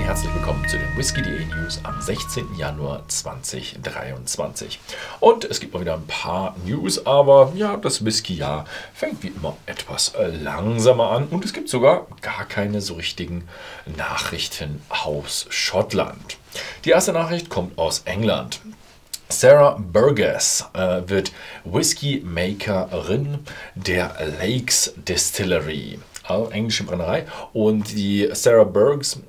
herzlich willkommen zu den Whisky.de News am 16. Januar 2023. Und es gibt mal wieder ein paar News, aber ja, das Whisky-Jahr fängt wie immer etwas langsamer an und es gibt sogar gar keine so richtigen Nachrichten aus Schottland. Die erste Nachricht kommt aus England. Sarah Burgess wird Whisky-Makerin der Lakes Distillery, also englische Brennerei. Und die Sarah Burgess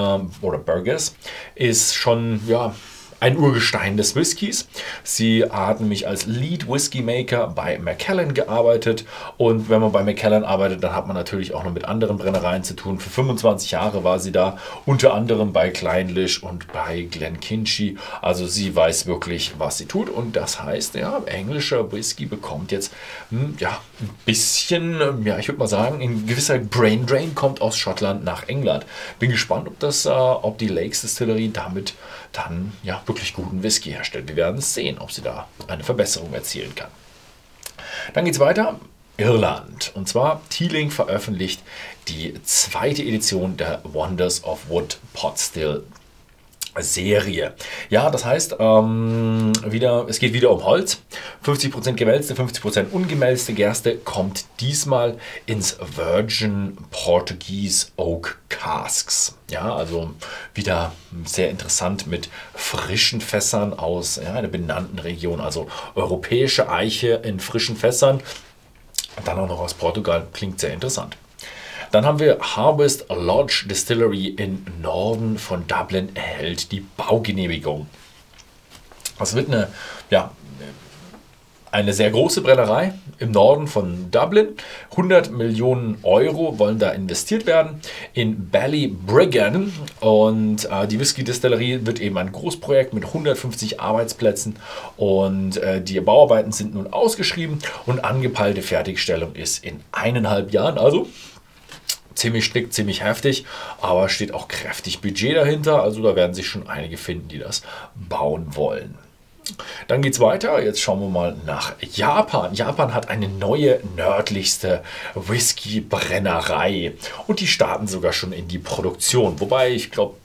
ist schon ein Urgestein des Whiskys. Sie hat nämlich als Lead Whisky Maker bei Macallan gearbeitet. Und wenn man bei Macallan arbeitet, dann hat man natürlich auch noch mit anderen Brennereien zu tun. Für 25 Jahre war sie da, unter anderem bei Clynelish und bei Glenkinchie. Also sie weiß wirklich, was sie tut. Und das heißt, englischer Whisky bekommt jetzt ein bisschen, ich würde mal sagen, ein gewisser Brain Drain kommt aus Schottland nach England. Bin gespannt, ob die Lakes Distillery damit dann wirklich guten Whisky herstellt. Wir werden es sehen, ob sie da eine Verbesserung erzielen kann. Dann geht es weiter. Irland. Und zwar Teeling veröffentlicht die zweite Edition der Wonders of Wood Pot Still Serie. Ja, das heißt, es geht wieder um Holz. 50% gemälzte, 50% ungemälzte Gerste kommt diesmal ins Virgin Portuguese Oak Casks. Ja, also wieder sehr interessant mit frischen Fässern aus einer benannten Region. Also europäische Eiche in frischen Fässern. Dann auch noch aus Portugal. Klingt sehr interessant. Dann haben wir Harvest Lodge Distillery im Norden von Dublin erhält die Baugenehmigung. Das wird eine sehr große Brennerei im Norden von Dublin. 100 Millionen Euro wollen da investiert werden in Ballybriggan. Und die Whisky-Distillerie wird eben ein Großprojekt mit 150 Arbeitsplätzen. Und die Bauarbeiten sind nun ausgeschrieben und angepeilte Fertigstellung ist in 1,5 Jahren. Also ziemlich strikt, ziemlich heftig, aber steht auch kräftig Budget dahinter. Also da werden sich schon einige finden, die das bauen wollen. Dann geht es weiter. Jetzt schauen wir mal nach Japan. Japan hat eine neue nördlichste Whisky-Brennerei und die starten sogar schon in die Produktion. Wobei ich glaube,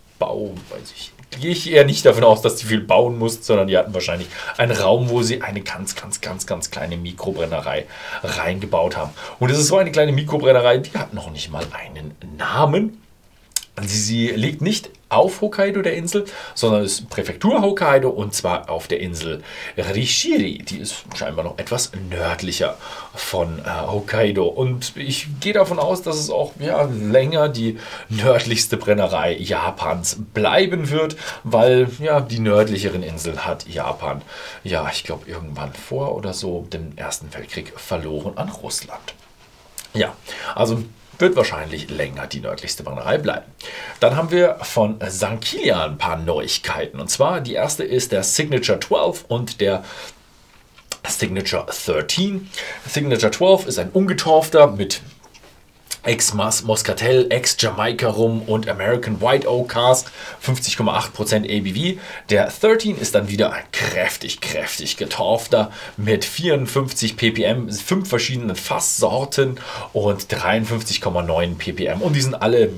gehe ich eher nicht davon aus, dass die viel bauen mussten, sondern die hatten wahrscheinlich einen Raum, wo sie eine ganz kleine Mikrobrennerei reingebaut haben. Und es ist so eine kleine Mikrobrennerei, die hat noch nicht mal einen Namen. Sie liegt nicht auf Hokkaido, der Insel, sondern ist Präfektur Hokkaido und zwar auf der Insel Rishiri. Die ist scheinbar noch etwas nördlicher von Hokkaido. Und ich gehe davon aus, dass es auch länger die nördlichste Brennerei Japans bleiben wird, weil die nördlicheren Inseln hat Japan, ich glaube irgendwann vor oder so, den Ersten Weltkrieg verloren an Russland. Ja, also wird wahrscheinlich länger die nördlichste Brennerei bleiben. Dann haben wir von St. Kilian ein paar Neuigkeiten. Und zwar die erste ist der Signature 12 und der Signature 13. Signature 12 ist ein ungetorfter mit Ex-Moscatel, Ex-Jamaika-Rum und American White Oak Cask, 50,8% ABV. Der 13 ist dann wieder ein kräftig getorfter mit 54 ppm, 5 verschiedenen Fasssorten und 53,9 ppm. Und die sind alle,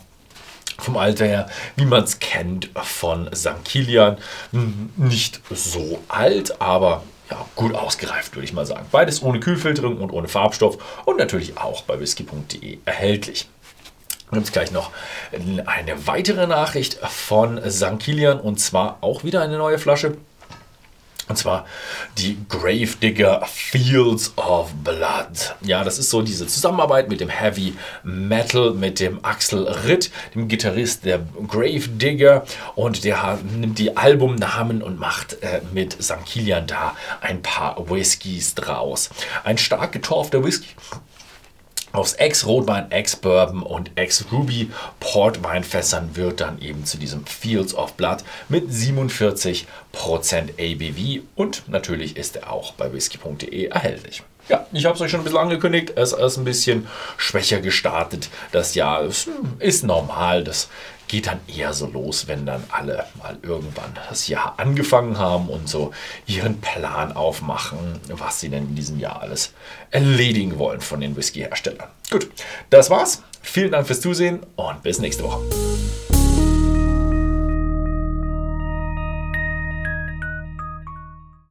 vom Alter her, wie man es kennt von St. Kilian, nicht so alt, aber gut ausgereift, würde ich mal sagen. Beides ohne Kühlfilterung und ohne Farbstoff und natürlich auch bei whisky.de erhältlich. Dann gibt es gleich noch eine weitere Nachricht von St. Kilian und zwar auch wieder eine neue Flasche. Und zwar die Gravedigger Fields of Blood. Ja, das ist so diese Zusammenarbeit mit dem Heavy Metal, mit dem Axel Ritt, dem Gitarrist der Gravedigger. Und der nimmt die Albumnamen und macht mit St. Kilian da ein paar Whiskys draus. Ein stark getorfter Whisky aus Ex-Rotwein, Ex-Bourbon und Ex-Ruby Portweinfässern wird dann eben zu diesem Fields of Blood mit 47% ABV und natürlich ist er auch bei whisky.de erhältlich. Ja, ich habe es euch schon ein bisschen angekündigt, es ist ein bisschen schwächer gestartet. Das Jahr ist normal, das geht dann eher so los, wenn dann alle mal irgendwann das Jahr angefangen haben und so ihren Plan aufmachen, was sie denn in diesem Jahr alles erledigen wollen von den Whisky-Herstellern. Gut, das war's. Vielen Dank fürs Zusehen und bis nächste Woche.